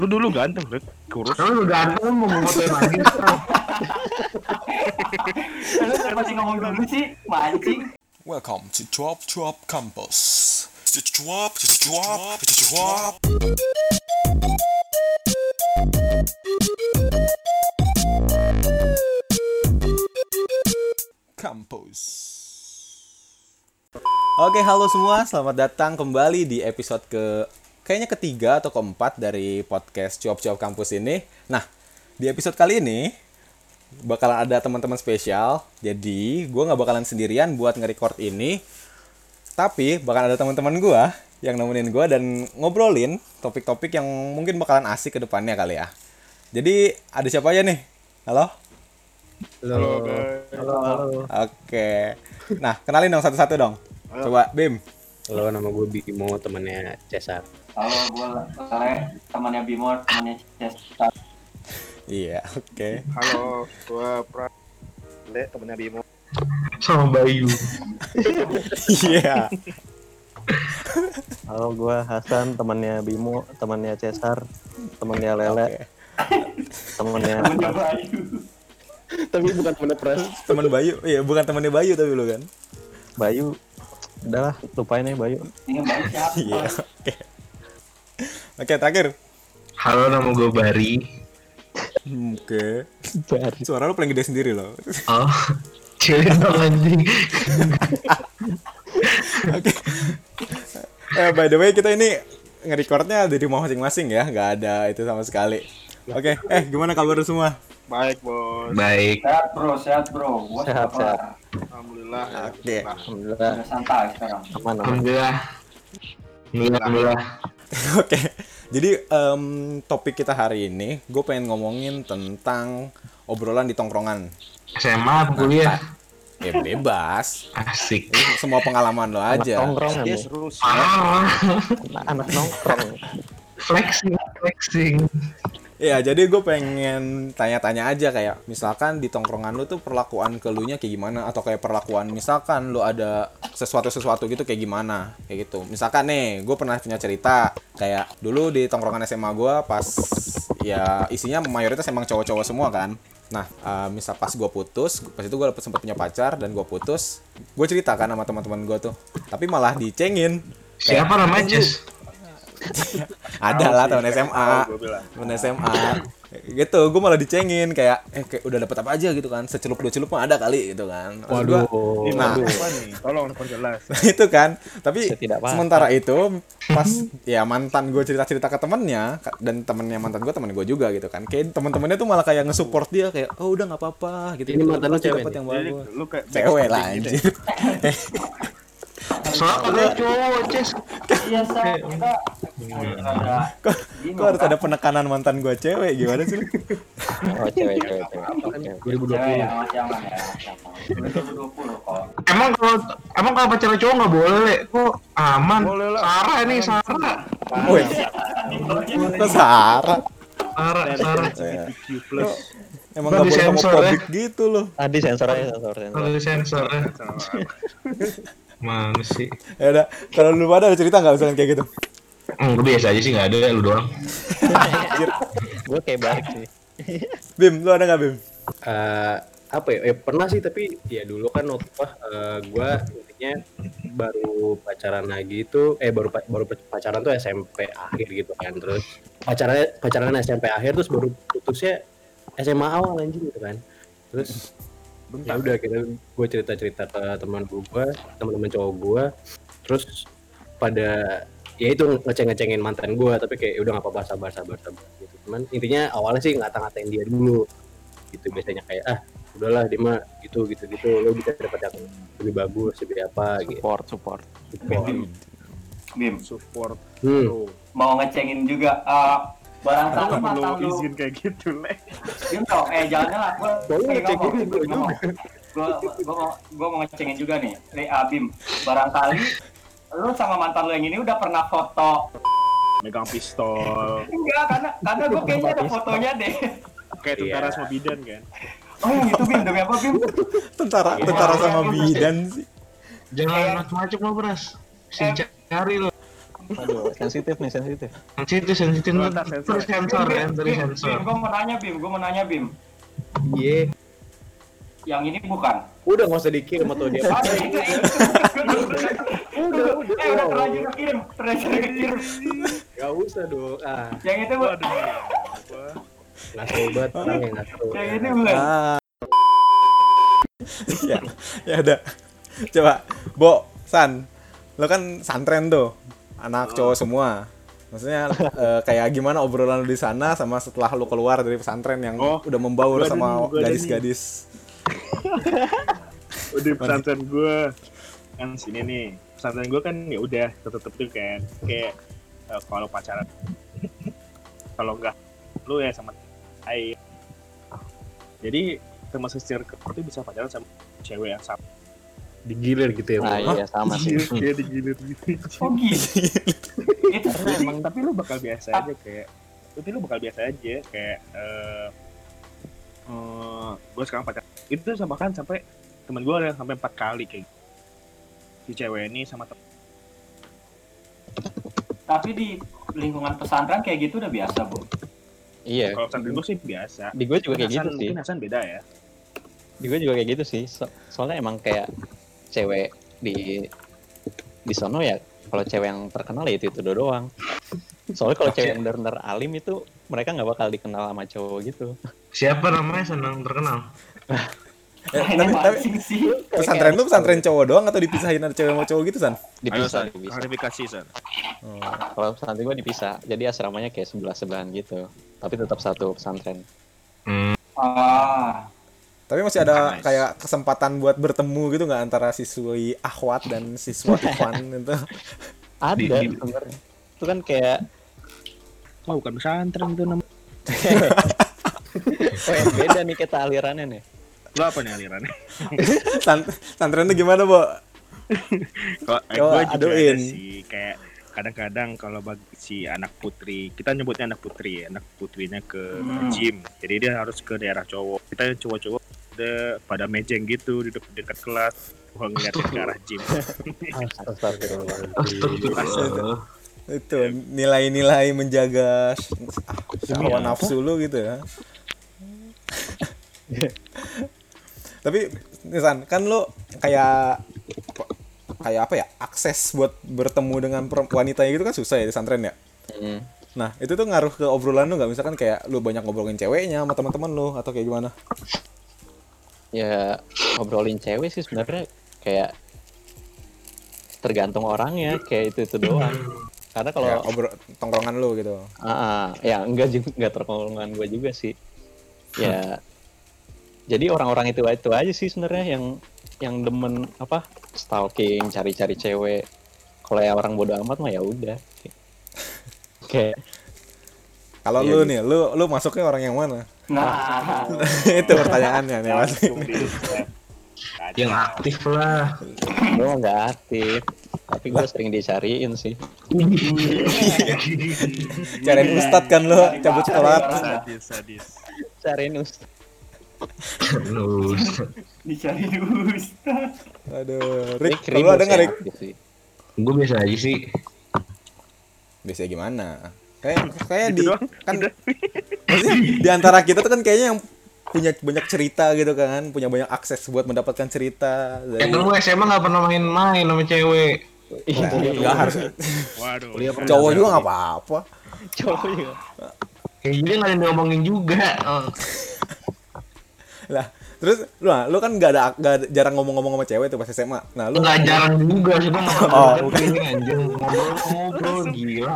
Lu dulu ganteng, Rek. Kurus. Kalau lu ganteng mau fotoin lagi. Lu kenapa sih ngomong dulu sih? Mancing. Welcome to Cuap Campus. Cuap. Campus. Oke, halo semua. Selamat datang kembali di episode kayaknya ketiga atau keempat dari podcast Cuap Kampus ini. Nah, di episode kali ini bakalan ada teman-teman spesial. Jadi, gue nggak bakalan sendirian buat nge-record ini. Tapi, bakalan ada teman-teman gue yang nemenin gue dan ngobrolin topik-topik yang mungkin bakalan asik ke depannya kali ya. Jadi, ada siapa aja nih? Halo? Halo, guys. Halo. Oke. Nah, kenalin dong satu-satu dong. Coba, Bim. Halo, nama gue Bimo, temannya Cesar. Halo, gue Lele, temannya Bimo, temannya Cesar. Iya, oke. Halo, gua Le, temennya Bimo. Sama Bayu. Iya. Halo, gue Hasan, temannya Bimo, temannya Cesar, temannya Lele, Oke. temannya Temannya Bayu. Tapi bukan temannya Pras. Teman Bayu, iya bukan temannya Bayu tapi lu kan. Bayu. Udahlah, lupain ya Bayu. Ini Bayu siapa? Iya, oke. Oke, terakhir. Halo, nama gue Bari. Oke. Suara lu paling gede sendiri loh. Oh, cewek dong anjing. Oke. By the way, kita ini nge-recordnya dari rumah masing-masing ya, nggak ada itu sama sekali. Oke, gimana kabar lu semua? Baik, Bos. Baik. Sehat bro. Gua Sehat, sudah sehat. Alhamdulillah. Oke. Alhamdulillah, udah santai sekarang. aman. Alhamdulillah. Alhamdulillah. Oke. Jadi topik kita hari ini, gue pengen ngomongin tentang obrolan di tongkrongan. SMA apa kuliah? Ya bebas. Asik. Ini semua pengalaman lo Anak aja. nongkrong Dia nih. seru sih. Ah, Anak nongkrong. flexing. Iya, jadi gue pengen tanya-tanya aja kayak misalkan di tongkrongan lu tuh perlakuan ke lu nya kayak gimana, atau kayak perlakuan misalkan lu ada sesuatu gitu kayak gimana, kayak gitu. Misalkan nih, gue pernah punya cerita kayak dulu di tongkrongan SMA gue pas ya isinya mayoritas emang cowok-cowok semua kan. Nah, misal pas gue putus, pas itu gue sempat punya pacar dan gue putus, gue cerita kan sama teman-teman gue tuh, tapi malah dicengin. Siapa namanya, Ces? Ada lah teman SMA. Gua bilang. Temen SMA gitu, gue malah dicengin kayak kayak udah dapet apa aja gitu kan, secelup dua celup mah ada kali gitu kan. Maksud gua, Ini Nah. apa nih? Tolong perjelas. itu kan, tapi Saya tidak paham. sementara itu pas ya mantan gue cerita ke temennya dan temennya mantan gue juga gitu kan, kayak temen-temennya tuh malah kayak nge-support dia kayak oh udah nggak apa-apa gitu. Ini mantan lu Pasti cewek dapet nih? yang Jadi bagus. lu kayak Cewek lah backstabbing gitu anjir. Soalnya ada cowok, Ces. Iya, Sa. Kita ada Kok harus ada penekanan mantan gue cewek, gimana sih lu? Oh, cewek. cewek yang masih aman ya. 2020 kok. Emang kalau pacaran cowok nggak boleh? Kok aman? Boleh lah. Sarah nih, Sarah. Woi, kok Sarah? Sarah. LGBTQ plus. Emang Nggak gak boleh disensor, homofobik gitu loh. Tadi sensor. Kalau sensor ya. Mana sih? Ya udah, kalau lu pada ada cerita nggak misalnya kayak gitu? Gue biasa aja sih, nggak ada, lu doang. Gue kayak balik sih. Bim, lu ada nggak Bim? Apa ya? Pernah sih, tapi ya dulu kan gue intinya baru pacaran lagi itu baru pacaran tuh SMP akhir gitu kan. Terus pacaran SMP akhir terus baru putusnya SMA awal anjing gitu kan. Terus ya udah kita gue cerita ke teman-teman cowok gue, terus pada ya itu ngecengin mantan gue, tapi kayak udah nggak apa-apa, sabar gitu. Cuman intinya awalnya sih ngata-ngatain dia dulu gitu, biasanya kayak udahlah dia mah gitu lo bisa dapat yang lebih bagus, lebih apa gitu. Support. Bim, Support. Hmm. mau ngecengin juga barangkali Lu mantan lu. izin kayak gitu, Le. Bim tau, jangan lah, Boleh gue ngecengin ngomong. Gue mau ngecengin juga nih, Bim. Barangkali lu sama mantan lu yang ini udah pernah foto. Megang pistol. Enggak, karena gue kayaknya ada fotonya deh. Kayak tentara Iya. sama bidan kan. Oh yang itu Bim, demi apa Bim? Tentara sama bidan sih. Jangan macam-macam lo, Bras. Si cari lo. Aduh, sensitif nih, sensitif. Sensitif Oh, tuh. tak sensor. Terus sensor ya, terus sensor. Gue mau nanya Bim. Iya. Yang ini bukan. Udah nggak usah dikirim atau dia. Ada itu. Udah terlanjur kirim. Gak usah dong. Ah, Yang itu bu. ngaco banget orang yang ngaco. Yang ini bukan. Ya, ya udah. Coba, Bo, San, lo kan santren tuh, anak cowok semua. Maksudnya kayak gimana obrolan lu di sana sama setelah lu keluar dari pesantren yang Oh, udah membaur gua ada sama nih, gua ada gadis-gadis. Udah pesantren gue kan sini nih. Pesantren gue kan ya udah tetep tuh kayak kalau pacaran kalau enggak lu ya sama Hai. Jadi termasuk circle itu bisa pacaran sama cewek yang sama. Digilir gitu ya. Nah, Bang. iya sama sih. Kayak digilir gitu. Oh gitu. Itu Emang tapi lu bakal biasa aja kayak gue sekarang pacaran itu bahkan sampai temen gue ada yang sampai 4 kali kayak gitu. Si cewek ini sama temen tapi di lingkungan pesantren kayak gitu udah biasa bu. Iya. kalau pesantren gue sih biasa. Di gue juga kayak gitu sih. Mungkin Hasan beda ya. Di gue juga kayak gitu sih. Soalnya emang kayak cewek di sono ya, kalau cewek yang terkenal ya itu doang. Soalnya kalau cewek yang benar-benar alim itu mereka nggak bakal dikenal sama cowok gitu. Siapa namanya senang terkenal? Tapi sih. pesantren lu pesantren cowok doang atau dipisahin ada cewek sama cowok gitu, San? Dipisah. Klarifikasi San. Kalau pesantren gue dipisah, jadi asramanya kayak sebelah-sebelahan gitu. Tapi tetap satu pesantren. Ah. Tapi masih ada kayak kesempatan buat bertemu gitu nggak antara siswi akhwat dan siswa ikhwan itu? Ada sebenarnya. Itu kan kayak Oh bukan pesantren itu namanya. yang beda nih kita alirannya nih. Lu apa nih alirannya? Pesantren itu gimana, Bo? Kalau Coba gue juga aduin. ada sih kayak kadang-kadang kalau bagi si anak putri, kita nyebutnya anak putri ya, anak putrinya ke gym, jadi dia harus ke daerah cowok. Kita yang cowok-cowok udah pada mejeng gitu di dekat kelas, gua ngeliatin ke arah gym. Astagfirullah. Itu nilai-nilai menjaga hawa nafsu lu gitu ya. Tapi Nisan, kan lu kayak apa ya, akses buat bertemu dengan wanita gitu kan susah ya di pesantren ya. Nah itu tuh ngaruh ke obrolan lu nggak, misalkan kayak lu banyak ngobrolin ceweknya sama teman-teman lu atau kayak gimana? Ya ngobrolin cewek sih sebenarnya kayak tergantung orangnya, kayak itu doang. Karena kalau Ya, tongkrongan lu gitu. ya enggak terkolongan gue juga sih. Ya jadi orang-orang itu aja sih sebenarnya yang demen apa stalking, cari-cari cewek. Kalau ya orang bodo amat mah ya udah. Kayak Kalau Iya, lu gitu. nih, lu masuknya orang yang mana? Nah. Itu pertanyaannya nih Mas. Yang aktif lah. gue mah nggak aktif, tapi gue sering dicariin sih. Cariin ustad kan lu, cabut sholat. Sadis. Cariin ustaz. Dicari ustaz. Aduh, Rick, Rick lu ada nggak sih Rick? aktif sih. Gue biasa aja sih. Biasanya gimana? Kayak Gitu di doang? kan maksudnya di antara kita tuh kan kayaknya yang punya banyak cerita gitu kan, punya banyak akses buat mendapatkan cerita Ya dari kan gue SMA gak pernah main-main sama cewek. nggak harus Waduh. cowok juga nggak apa-apa. Cowok juga. Kayak jadi gak ada yang diomongin juga. Lah, terus lu kan nggak ada jarang ngomong-ngomong sama cewek tuh pas SMA. Nah, lu Gak jarang juga sih, gue gak Oh, pernah ini anjing. Ngobrol, gila.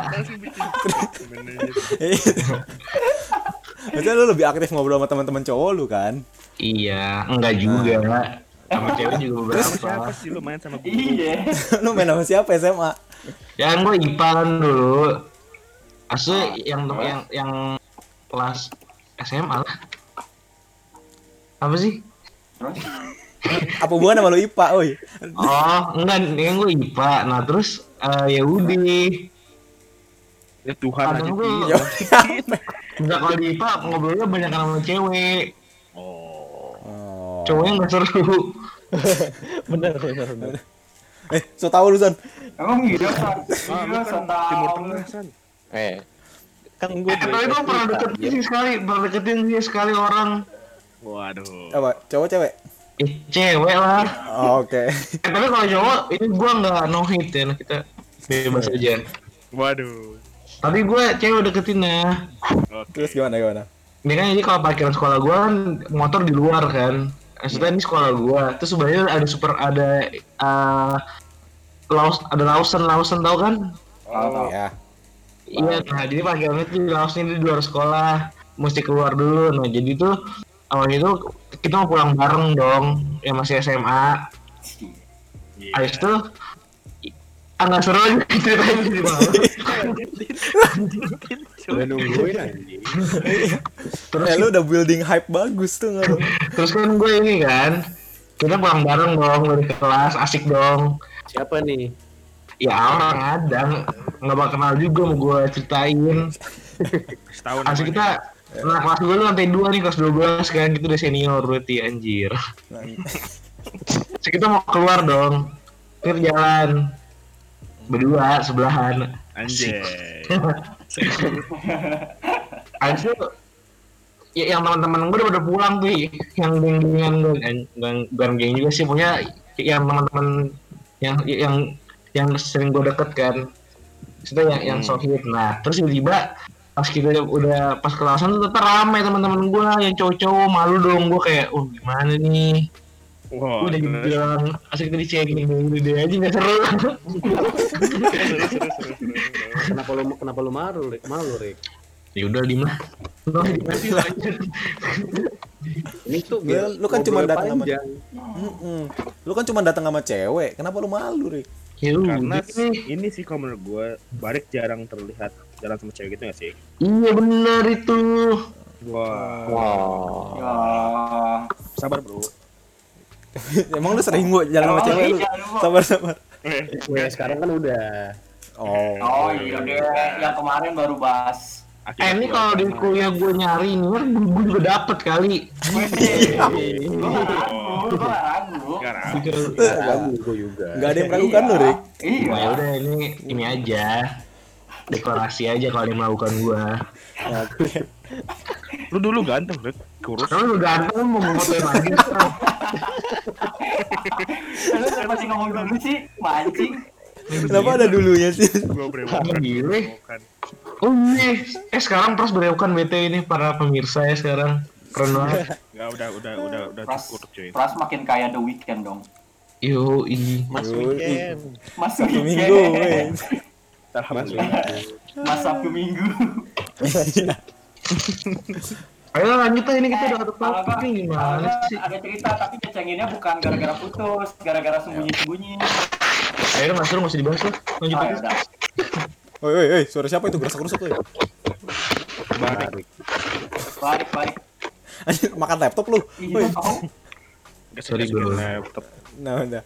Maksudnya lu lebih aktif ngobrol sama teman-teman cowok lu kan? Iya, enggak juga. Sama cewek juga beberapa. Siapa sih lu main sama gue? Iya. Lu main sama siapa SMA? Ya gue IPA kan dulu. Asli yang kelas SMA lah. Apa sih? Apa hubungan sama lu IPA, oi? Oh, enggak, yang gue IPA. Nah, terus ya udah. Ya Tuhan aja. Kadang gue Ya, enggak, kalau di IPA ngobrolnya banyak sama cewek. oh. Cowoknya enggak seru. bener. So tau lu San. Emang iya San? Ah, Iya lu San kan Timur tahu. Tengah, San. Kan gue Tapi gue pernah deketin sih sekali, pernah deketin sih sekali orang. Waduh. Apa? Cowok cewek? Cewek lah. Oh, oke. Tapi kalau cowok ini gue nggak no hate ya, kita bebas aja. Waduh. Tapi gue cewek deketinnya. Terus gimana? Ini kan jadi kalau parkiran sekolah gue kan motor di luar kan. Maksudnya ini sekolah gue. Terus sebenarnya ada Lawson tau kan? Tahu. Ya. Iya, nah jadi parkirannya tuh di Lawson di luar sekolah. Mesti keluar dulu. Nah jadi tuh awal itu kita mau pulang bareng dong. Ya masih SMA. Habis itu nggak seru aja ceritanya di bawah. Udah nungguin anjing. Terus Lu udah building hype bagus tuh nggak? terus kan gue ini kan kita pulang bareng dong dari kelas, asik dong. Siapa nih? Ya orang ada nggak bakal kenal juga mau gue ceritain. Setahun. Asik kita. Nah kelas gue lu lantai 2 nih, kelas 12 kan, gitu udah senior berarti anjir. Terus kita mau keluar dong, kita jalan berdua sebelahan. Anjay. Habis itu ya, yang teman-teman gue udah pada pulang tuh, yang geng-gengan gue, bukan geng juga sih, punya yang teman-teman yang sering gue deket kan, itu yang sohib. Nah terus tiba-tiba pas kita udah pas kelasan tuh tetap ramai teman-teman gue yang cowok-cowok, malu dong gue kayak, gimana nih? Wah, Gue udah bilang asik tadi cengin udah deh aja nggak seru. Kenapa lu malu, Rick? Ya udah diem lah. Ini tuh Lu kan cuma datang sama panjang. Lu kan cuma datang sama cewek. Kenapa lu malu, Rik? Ya karena udah. ini sih kalau menurut gue Barik jarang terlihat jalan sama cewek gitu gak sih? Iya benar itu. Wah. Ya. Sabar bro. Emang lu sering gua jalan sama cewek lu? Iya, lu. Sabar. Ya sekarang kan udah. Oh iya deh, yang kemarin baru bahas. Ini kalau di kuliah gue nyari nih, gue juga dapet kali. Gue gak ragu. Sekarang. Gue juga. Enggak ada yang meragukan lu, Rik. Iya. Ya udah ini aja. Deklarasi aja kalau dia melakukan gue. Lu dulu ganteng, Rik. Kurus. Kalau lu ganteng mau fotoin lagi. Lu kenapa sih ngomong dulu sih? Mancing. Kenapa ada dulunya sih? Gua berewokan. Gile. Oh iya, sekarang Pras berewokan BT ini para pemirsa ya sekarang. Keren banget. Enggak, udah Pras, cukup cuy. Pras makin kaya The Weeknd dong. Yo, ini. Mas Yoi. Weekend. Mas Satu Weeknd. minggu, weh. Alhamdulillah. Mas Sabtu Minggu. Ayo lanjut lah, ini kita udah Kalau ketemu gua- ini kalau gimana gua sih? ada cerita tapi kecenginnya bukan gara-gara putus, gara-gara sembunyi-sembunyi. Ayo Mas Bro, masih dibahas lah. Lanjut Oh, aja. ya udah. Woi, suara siapa itu? Gerasa-gerusuk tuh. Balik. Anjir, makan laptop lu. Iya, Woi. tahu. Sorry, bro. Laptop. Nah, udah.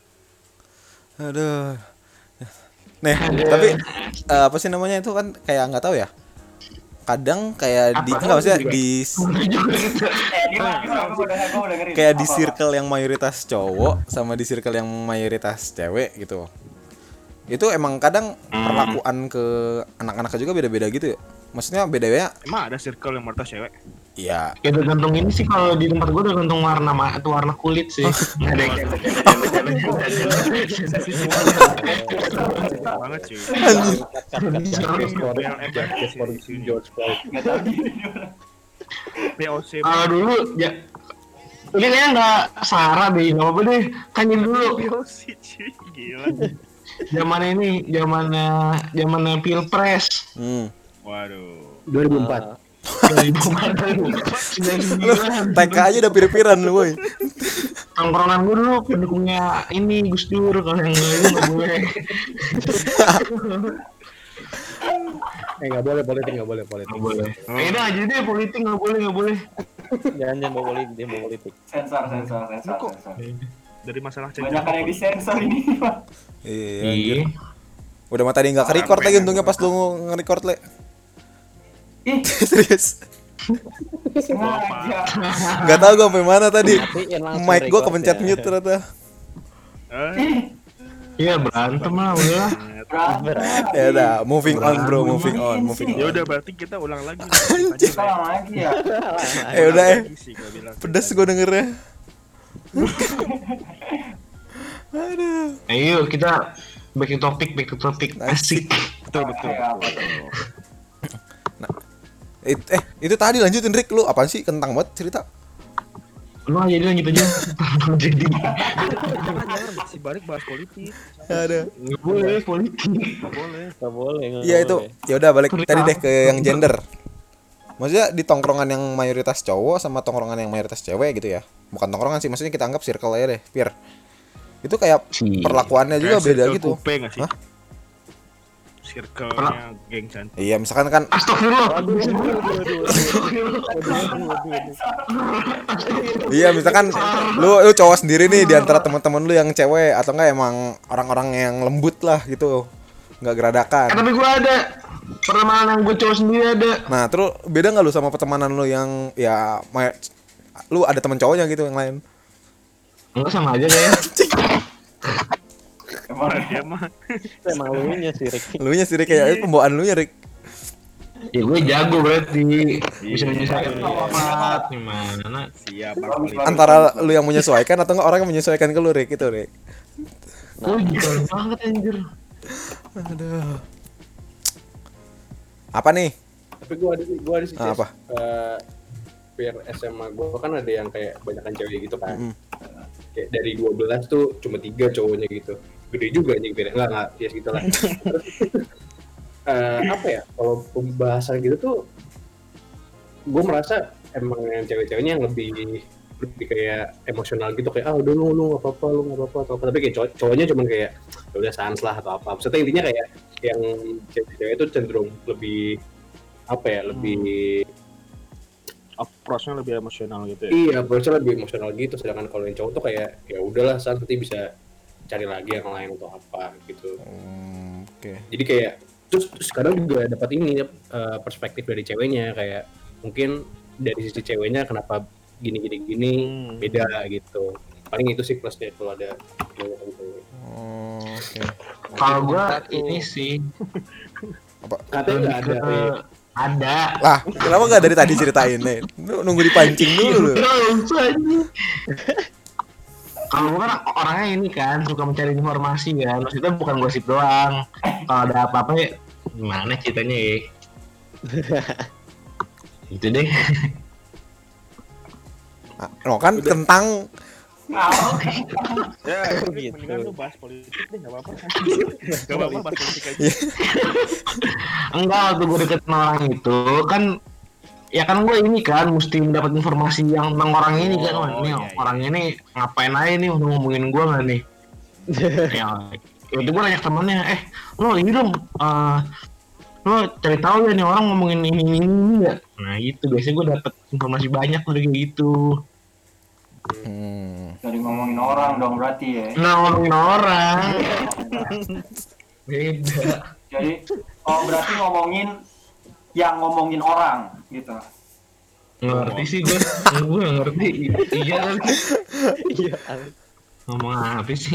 Aduh. Nih, tapi apa sih namanya itu kan kayak nggak tahu ya. Kadang kayak di Apa? enggak maksudnya Juga. di Gua udah dengerin. kayak di Apa-apa. circle yang mayoritas cowok sama di circle yang mayoritas cewek gitu. Itu emang kadang perlakuan ke anak-anak juga beda-beda gitu ya. Maksudnya beda-beda. Emang ada circle yang mayoritas cewek? Iya. Ya tergantung ini sih, kalau di tempat gue tergantung warna kulit sih. Ada yang Banget cuy. George Floyd. Nggak tahu diri dia. POC. kalau dulu ya ini kayaknya nggak Sarah deh, nggak apa-apa deh. Kan ini dulu POC cuy. Gila. zamannya Pilpres. Waduh. 2004. TK aja udah pir-piran lu, woi. Tongkrongan gue dulu pendukungnya ini Gus Dur, kalau yang lain nggak boleh. Nggak boleh politik. Nggak boleh. Ini aja deh politik nggak boleh. Jangan bawa politik. Sensor. Dari masalah Banyak yang disensor ini, Pak. Iya, anjir. Udah mah tadi nggak ke-record lagi untungnya pas lu nge-record, Le. Ih, Serius. sengaja. Enggak tahu gua sampai mana tadi. Matiin langsung Mic gua record kepencet ya. mute ternyata. Ih, Iya berantem lah udah. Berat. Ya udah, moving on bro, moving on. Ya udah berarti kita ulang lagi. Kita ulang lagi ya. Udah Sih, gua bilang. pedes gue dengernya. Aduh. Ayo kita back to topik asik. Betul. Itu tadi lanjutin Rick, lu apaan sih kentang banget cerita? Lu aja lanjut aja. Jadi Jangan si balik bahas politik. Ada. nggak boleh politik. Nggak boleh. Iya itu. Ya udah balik tadi deh ke yang gender. Maksudnya di tongkrongan yang mayoritas cowok sama tongkrongan yang mayoritas cewek gitu ya. Bukan tongkrongan sih, maksudnya kita anggap circle aja deh, Pir. Itu kayak perlakuannya juga beda gitu. Kupe nggak sih? Hah? Circle-nya geng cantik. Iya, misalkan kan Astagfirullah. iya, misalkan lu cowok sendiri nih di antara teman-teman lu yang cewek atau enggak emang orang-orang yang lembut lah gitu. Enggak geradakan. Tapi gue ada pertemanan yang gue cowok sendiri ada. Nah, terus beda nggak lu sama pertemanan lu yang ya lu ada teman cowoknya gitu yang lain? Enggak sama aja kayaknya. Emang Dia mah Emang lunya sih, Rick. Lu nya sih Rick, kayak pembawaan lu nya Rick. Ya gue jago berarti. Bisa menyesuaikan format gimana? siap Antara lu yang menyesuaikan atau enggak orang yang menyesuaikan ke lu Rick itu Rick. Oh gitu banget anjir. Aduh. Apa nih? Tapi gue ada sih Ces. Apa? Biar SMA gue kan ada yang kayak kebanyakan cewek gitu kan. Mm. Kayak dari 12 tuh cuma 3 cowoknya gitu. Gede juga nih beda. Enggak ya segitu lah. Apa ya? Kalau pembahasan gitu tuh gue merasa emang yang cewek-ceweknya yang lebih kayak emosional gitu, kayak udah lu nggak apa-apa tapi kayak cowoknya cuman kayak ya udah sans lah atau apa. Maksudnya intinya kayak yang cewek-cewek itu cenderung lebih apa ya, lebih approach-nya lebih emosional gitu ya. iya, approach-nya lebih emosional gitu. Sedangkan kalau yang cowok tuh kayak ya udahlah, sans, nanti bisa cari lagi yang lain atau apa gitu. Oke. Jadi kayak terus kadang juga dapat ini perspektif dari ceweknya, kayak mungkin dari sisi ceweknya kenapa gini beda gitu. Paling itu sih plusnya kalau ada kebanyakan cewek. Oke. Kalau gue ini sih Katanya nggak ada. ada. Lah, kenapa enggak dari tadi ceritain nih? Nunggu dipancing dulu lu. Kalau gue kan orangnya ini kan suka mencari informasi kan, maksudnya bukan gosip doang. Kalau ada apa-apa ya gimana ceritanya ya? Gitu deh. No kan kentang Ya, gitu. mendingan lu bahas politik deh, nggak apa-apa. Nggak apa-apa bahas politik aja. Enggak, waktu gue deket sama orang itu kan ya kan gue ini kan mesti mendapat informasi yang tentang orang ini kan. Wah, ini iya. orang ini ngapain aja nih udah ngomongin gue nggak nih? Ya itu gue nanya ke temennya, lo ini dong, lo cari tahu ya nih orang ngomongin ini ya. Nah gitu biasanya gue dapet informasi banyak udah kayak gitu. Dari ngomongin orang dong berarti ya. Nah ngomongin orang beda. Jadi berarti ngomongin orang gitu. Ngerti sih gue ngerti. Iya kan? Iya. Ngomong apa sih?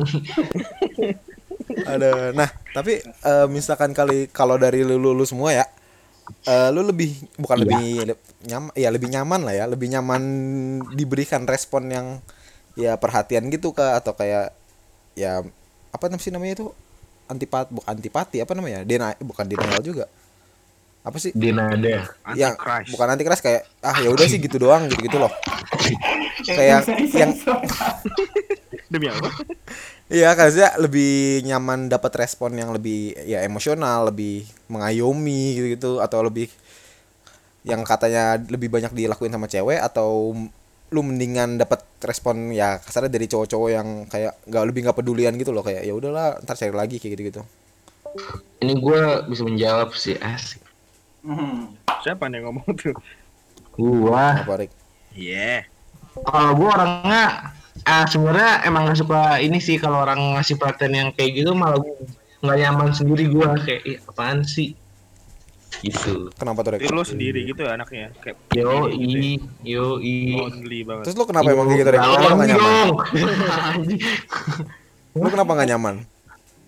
ada. Nah, tapi misalkan kalau dari lu semua ya, lu lebih bukan lebih nyaman ya, lebih nyaman lah ya, lebih nyaman diberikan respon yang ya perhatian gitu kah, atau kayak ya apa namanya itu antipati apa namanya, bukan denial juga, apa sih Dinada. yang Antichrist. bukan anti-keras, kayak ya udah sih gitu doang gitu loh, kayak yang Demi apa? iya karena lebih nyaman dapat respon yang lebih ya emosional, lebih mengayomi gitu atau lebih yang katanya lebih banyak dilakuin sama cewek, atau lu mendingan dapat respon ya kasarnya dari cowok-cowok yang kayak nggak pedulian gitu loh, kayak ya udahlah ntar cari lagi kayak gitu. Ini gue bisa menjawab sih, asik. Siapa nih yang ngomong tuh? Gua Apa Rick? Iya. kalau gue orangnya sebenarnya emang gak suka ini sih, kalau orang ngasih perhatian yang kayak gitu malah nggak nyaman sendiri gue, kayak apaan sih gitu. Kenapa tuh Rick? Jadi lu sendiri gitu ya anaknya, kayak Yoi lonely banget. Terus lu kenapa emang kayak gitu Rick? Kenapa nggak nyaman? Lu kenapa nggak nyaman?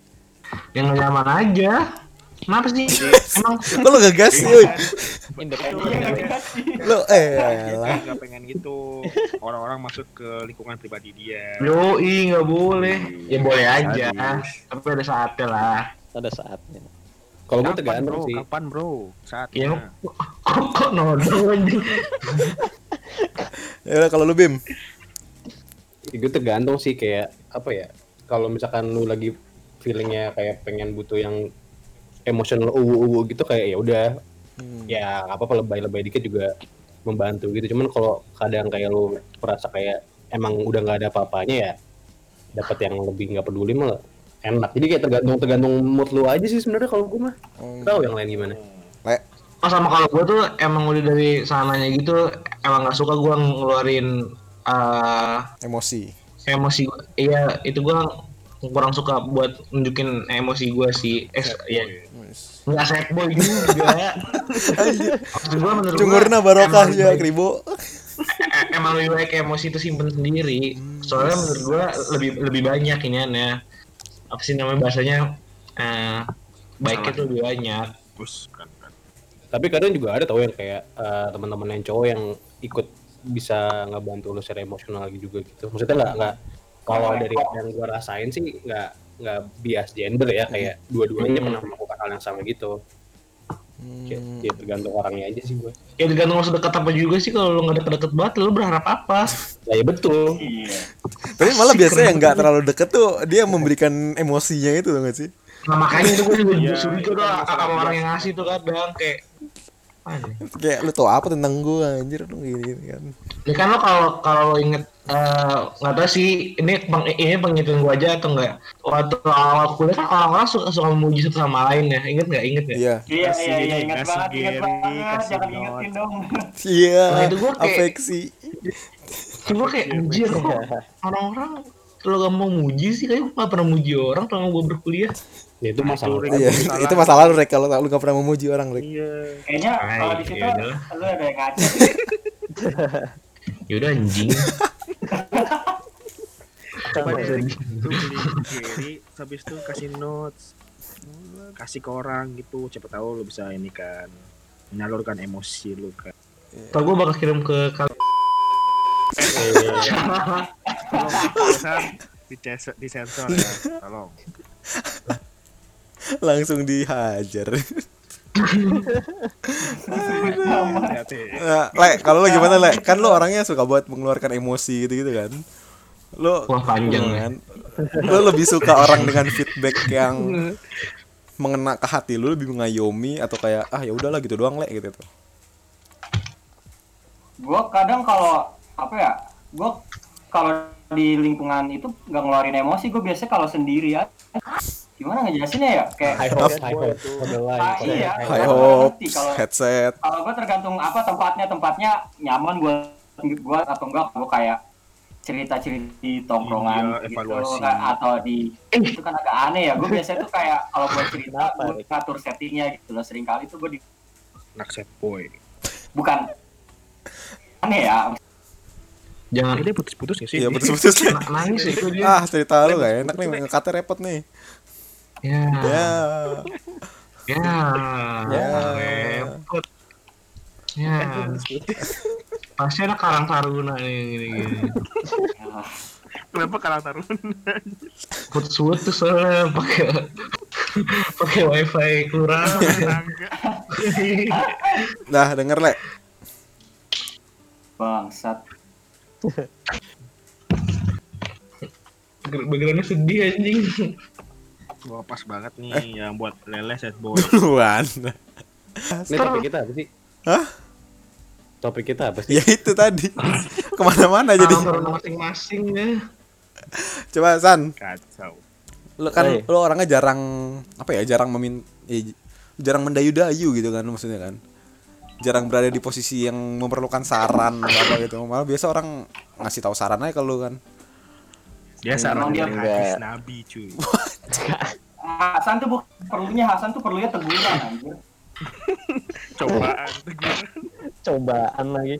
yang nggak nyaman aja. Kenapa sih? Emang Kok lu gagas sih, woi? Independen. Lu Dia lah. nggak pengen gitu orang-orang masuk ke lingkungan pribadi dia. yoi nggak boleh. Ya boleh aja. Sadis. Tapi ada saatnya lah. Ada saatnya. Kalau gue Kapan, tergantung bro? sih. Kapan bro? Ya Saatnya. kok nodong anjing. Ya udah, kalau lu Bim. Gue tergantung sih kayak apa ya. Kalau misalkan lu lagi feelingnya kayak pengen butuh yang emosional gitu kayak ya udah ya nggak apa-apa lebay-lebay dikit juga membantu gitu. Cuman kalau kadang kayak lu merasa kayak emang udah nggak ada apa-apanya ya dapat yang lebih nggak peduli mah enak. Jadi kayak tergantung mood lu aja sih sebenarnya kalau gue mah. Tahu yang lain gimana? Le, Oh, sama kalau gue tuh emang udah dari sananya gitu, emang nggak suka gue ngeluarin emosi. emosi. Iya, itu gue kurang suka buat nunjukin emosi gue sih. Ya nggak sad boy juga. Maksud gue menurut Cungurna gua barokah emang ya, baik- Kribo. emang lebih baik emosi itu simpen sendiri. Soalnya menurut gue lebih banyak iniannya. Apa sih namanya bahasanya? Baiknya tuh lebih banyak. Terus kan. Tapi kadang juga ada tau yang kayak teman-teman yang cowok yang ikut bisa ngebantu lu secara emosional juga gitu. Maksudnya nggak kalau dari yang gue rasain sih nggak bias gender ya kayak dua-duanya pernah melakukan hal yang sama gitu. Ya tergantung orangnya aja sih gue. Ya tergantung lo sedekat apa juga sih. Kalau lo nggak deket-deket banget, lo berharap apa? Ya betul. Iya. Tapi malah biasanya yang nggak terlalu deket tuh dia memberikan emosinya itu, nggak sih? Nah makanya itu gue juga Iya, curiga itu tuh kan masalah sama orang bias. yang ngasih tuh kadang kayak apa nih? Kayak lu tau apa tentang gua anjir lu gini kan. Ini kan lo kalau lo inget nggak tahu sih ini penghitung gue aja atau enggak. Waktu awal kuliah kan orang-orang suka memuji satu sama lain ya. Ingat nggak? Iya. Iya, Kasih iya, ini, ingat kasih banget, Gary, kasih jangan Not. ingetin dong. Iya. Nah, itu gua kayak- Afeksi. Cuma kayak anjir orang-orang kalau gak mau muji sih kayak gue gak pernah muji orang selama gue berkuliah. Ya itu masalah. Itu, Iya, Salah. itu masalah lu Rek kalau lu gak pernah memuji orang Rek. Iya. Kayaknya Ay, kalau di situ ya udahlah. lu ada yang ngaca. Yaudah anjing. Coba Sama deh, sih. lu beli Gary, habis itu kasih notes, kasih ke orang gitu, siapa tahu lu bisa ini kan menyalurkan emosi lu kan. Ntar gue bakal kirim ke kalian. Tolong disensor ya, tolong. Langsung dihajar. Hati-hati. Nah, Le, kalau lu gimana Le? Kan lu orangnya suka buat mengeluarkan emosi gitu kan. Lu Wah, panjang, kan. Lu lebih suka orang dengan feedback yang mengena ke hati lu, lebih mengayomi atau kayak ya udahlah gitu doang Le gitu tuh. Gue kadang kalau apa ya, gue kalau di lingkungan itu nggak ngeluarin emosi, gue biasanya kalau sendiri ya. Gimana ngejelasinnya ya? Kayak High hope for the life. iya. High gua hope, ngerti kalau headset. kalau gue tergantung apa tempatnya nyaman gue atau enggak gue kayak cerita di tongkrongan Iya, gitu evaluasi. atau di itu kan agak aneh ya. Gue biasanya tuh kayak kalau buat cerita Kenapa, gue Rik? ngatur settingnya gitu loh. Sering kali tuh gue Anak set boy. bukan aneh ya. Jangan Dia putus-putus gak sih? Iya putus-putus Le. nangis itu dia. Cerita lu gak enak nih, ngekatnya repot nih. Ya. Ya. Ya. Ya. Repot. Ya. Pasti ada Karang Taruna nih gini-gini. Kenapa kalah tarun? Putus soalnya pakai wifi kurang. Nah, denger Le. Bangsat. Backgroundnya sedih anjing. Wah pas banget nih yang buat lele set boy. Duluan. Ini topik kita apa sih? Hah? Topik kita apa sih? Ya itu tadi. Kemana-mana jadi. Karang Taruna masing-masing ya. Coba San, Kacau. lu kan Hey. lu orangnya jarang jarang jarang mendayu-dayu gitu kan maksudnya kan. Jarang berada di posisi yang memerlukan saran atau apa gitu. Malah biasa orang ngasih tahu saran aja kalau kan. Dia saran dia dari enggak. hadis Nabi cuy. Hasan tuh Hasan tuh perlunya teguran anjir. Cobaan teguran. Cobaan lagi.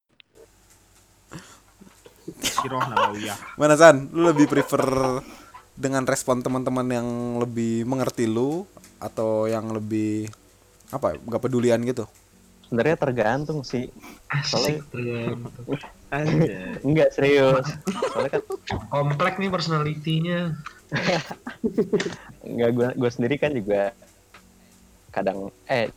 Siroh Nawawiyah. Mana San? Lu lebih prefer dengan respon teman-teman yang lebih mengerti lu atau yang lebih apa ya, gak pedulian gitu? Sebenarnya tergantung sih. Asik. Enggak serius. Soalnya kan Komplek nih personalitinya. enggak, gue sendiri kan juga kadang ya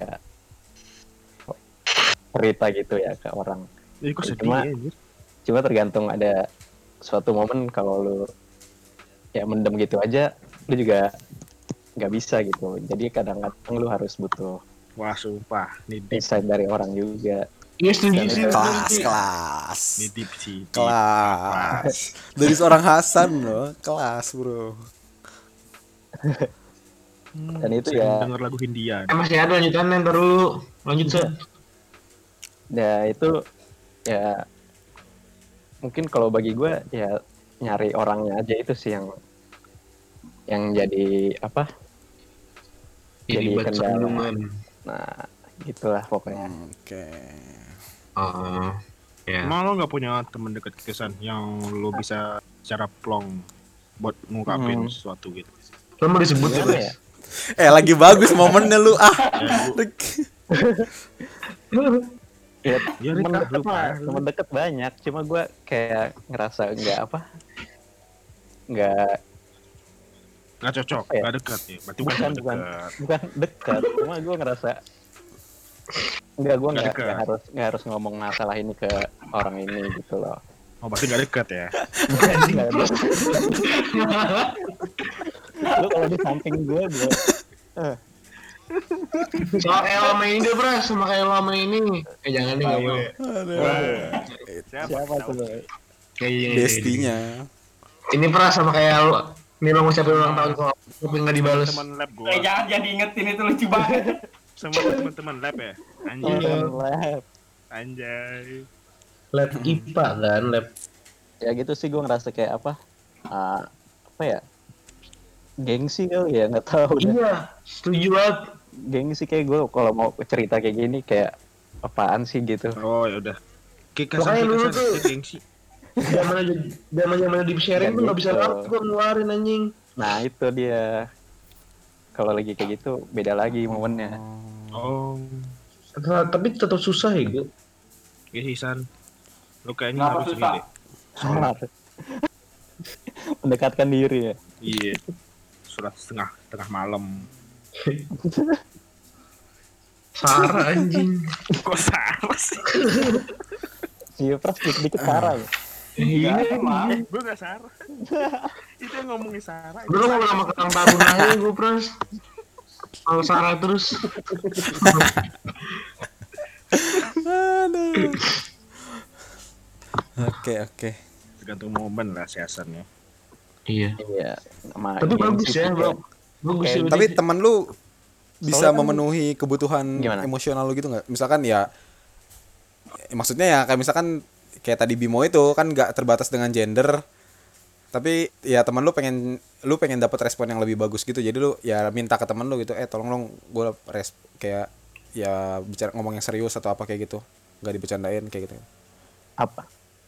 cerita gitu ya ke orang. Jadi kok sedih Cuma- ya, anjir. Cuma tergantung ada suatu momen kalau lu ya mendem gitu aja, lu juga nggak bisa gitu. Jadi kadang-kadang lu harus butuh Wah, sumpah. Ini deep, insight dari orang juga. Iya setuju sih. Kelas. ini deep sih. deep. Kelas. Dari seorang Hasan loh, kelas bro. Dan itu Sering ya, denger lagu Hindian. Masih ada lanjutannya ntar dulu. Lanjut Sa. ya itu ya mungkin kalau bagi gue ya nyari orangnya aja itu sih yang jadi apa? Jadi Baca kendala. sambungan. Nah, gitulah pokoknya. Oke. Oh. Ya. Emang lo nggak punya teman dekat kesan yang lo bisa secara plong buat ngungkapin sesuatu gitu? Lo mau disebut ya, Gimana Bas? ya? Lagi bagus momennya lu ah. Ya, Ya, temen Rika, deket lupa. mah, temen deket banyak. Cuma gue kayak ngerasa nggak Nggak cocok, Apa ya? nggak dekat ya. Berarti bukan teman bukan dekat. bukan dekat. Cuma gue ngerasa nggak, gue Nggak nggak dekat. harus ngomong masalah ini ke orang ini gitu loh. Oh, berarti nggak dekat ya? Nggak ada. Lu kalau di samping gue Sama kayak lama ini deh, Bras. Sama kayak lama ini. Jangan nih, nggak boleh. siapa tuh lo? Kayak Bestinya. Ini Pras sama kayak lu. Ini lo ngucapin ulang tahun kok. Tapi nggak dibales. Teman lab gua. Jangan jadi ingetin itu lucu banget. Sama teman-teman lab ya. Anjay. Lab. Anjay. Lab IPA kan, lab. Ya gitu sih gue ngerasa kayak apa ya, gengsi kali ya, nggak tahu deh. Iya, setuju banget. Gengsi kayak gue kalau mau cerita kayak gini kayak apaan sih gitu. Oh, ya udah. Makanya dulu tuh- Kikesan, gengsi. Zaman deep sharing tuh nggak bisa Gitu. banget gua ngeluarin anjing. Nah itu dia, kalau lagi kayak gitu beda lagi momennya. Oh, Tapi tetap susah ya gue. ya sih San. Lu kayaknya Kenapa harus ini susah? deh. Sholat. Mendekatkan diri ya. Iya. Surat tengah malam. Sarah anjing. Kok salah sih? Iya pras dikit-dikit parah ya. Iya emang. Gue gak Sarah. Itu yang ngomongin Sarah. Udah lo ngomong sama Kang Taruna aja gue Pras. Kalau Sarah terus. Aduh. Oke. Tergantung momen lah si Hasan ya. Iya. Iya. Sama Tapi gengsi bagus ya, tuh bro. Bagus Kayak- ya. Tapi teman lu bisa Soalnya kan- memenuhi kebutuhan Gimana? emosional lu gitu nggak? Misalkan ya, maksudnya ya kayak misalkan kayak tadi Bimo itu kan nggak terbatas dengan gender, tapi ya teman lu pengen dapat respon yang lebih bagus gitu, jadi lu ya minta ke teman lu gitu, tolong dong gue kayak ya bicara ngomong yang serius atau apa kayak gitu, nggak dibercandain kayak gitu. apa?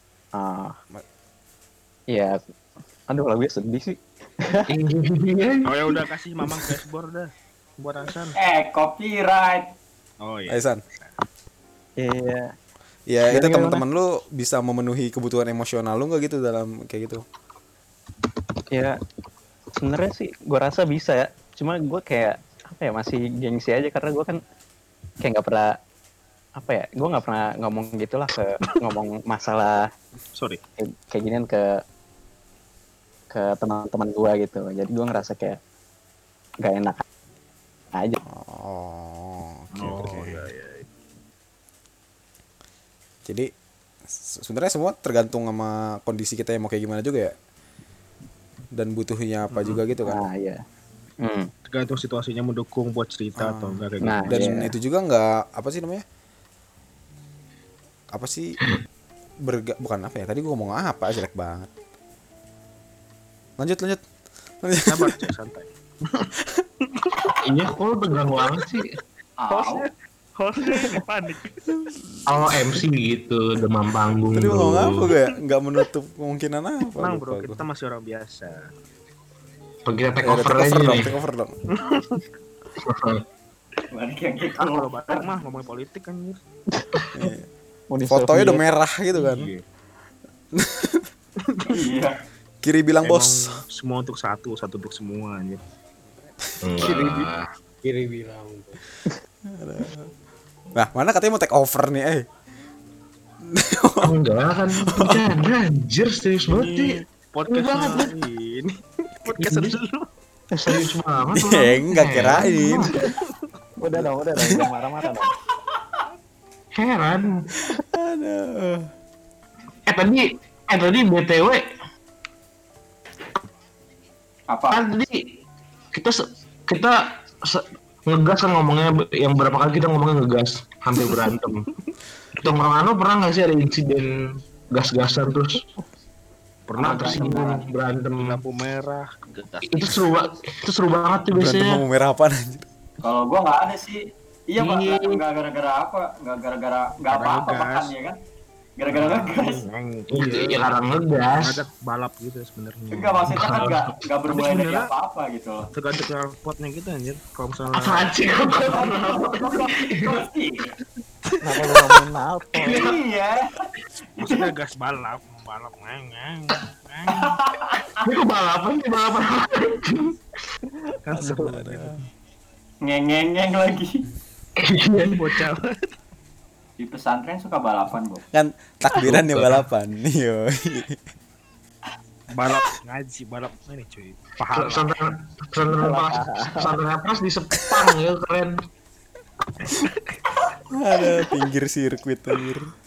Ya, aduh lagunya sedih sih. Oh ya udah kasih Mamang dashboard dah buat Hasan. Copyright. Oh iya. Aisan, Iya. ya itu Gimana? teman-teman lu bisa memenuhi kebutuhan emosional lu nggak gitu dalam kayak gitu? Ya sebenarnya sih gue rasa bisa ya. Cuma gue kayak apa ya, masih gengsi aja karena gue kan kayak nggak pernah apa ya, gue nggak pernah ngomong gitulah ngomong masalah Sorry. kayak ginian ke teman-teman gue gitu. Jadi gue ngerasa kayak nggak enak aja. Oh, oke, Oh oke. iya iya. Jadi sebenarnya semua tergantung sama kondisi kita yang mau kayak gimana juga ya. Dan butuhnya apa juga gitu kan. Nah iya. Tergantung situasinya mendukung buat cerita atau enggak kayak Nah, gitu. Dan iya. itu juga nggak apa sih namanya? Apa sih bukan apa ya? Tadi gua ngomong apa? Jelek banget. Lanjut. Sabar, Cek, santai. Iya, kok lo tegang banget sih. Hostnya panik. Kalau MC gitu, demam panggung. Tadi mau ngomong apa bro. gue ya? Nggak menutup kemungkinan apa. Tenang lupa bro, gua. kita masih orang biasa. Pergi take Ya, udah, over take aja over dong, nih. take over dong. Balik yang gitu. Ah, kalau balik mah ngomongin politik kan. Fotonya udah merah gitu kan. Iya. Kiri bilang Emang bos. semua untuk satu, satu untuk semua anjir. Kiri bilang. Nah, mana katanya mau take over nih, Enggak kan. Bercanda anjir serius banget sih. Podcast banget, ini. Podcast dulu. Serius banget. Enggak kirain. Udah dong, jangan marah-marah dong. Heran. Aduh. Tadi BTW Apa? kan tadi kita ngegas kan ngomongnya yang berapa kali kita ngomongnya ngegas hampir berantem. Tongkrongan lo pernah nggak sih ada insiden gas-gasan terus Pernah tersinggung berantem? lampu merah. Itu seru banget tuh Berantem biasanya. mau merah apaan anjir? Kalau gua nggak ada sih. Iya pak, Iya. nggak gara-gara apa, nggak gara-gara nggak apa-apa ngegas. bahkan ya kan? Gara-gara ngegas. Ya karena ngegas. Ada balap gitu sebenarnya. Enggak maksudnya kan nggak bermulai dari sebenarnya- apa-apa gitu loh. Tergantung potnya kita anjir. Kalau misalnya Apaan sih? Kenapa lu ngomongin apa? Iya. maksudnya gas balap ngeng. Ini kok balapan sih balapan. Kan sebenarnya Ngeng lagi. bocah. Di pesantren suka balapan, Bo. Kan takbiran ya balapan. Yo. Balap ngaji, balap ini cuy. Pahala. Pesantren pas di Sepang ya keren. Ada pinggir sirkuit anjir.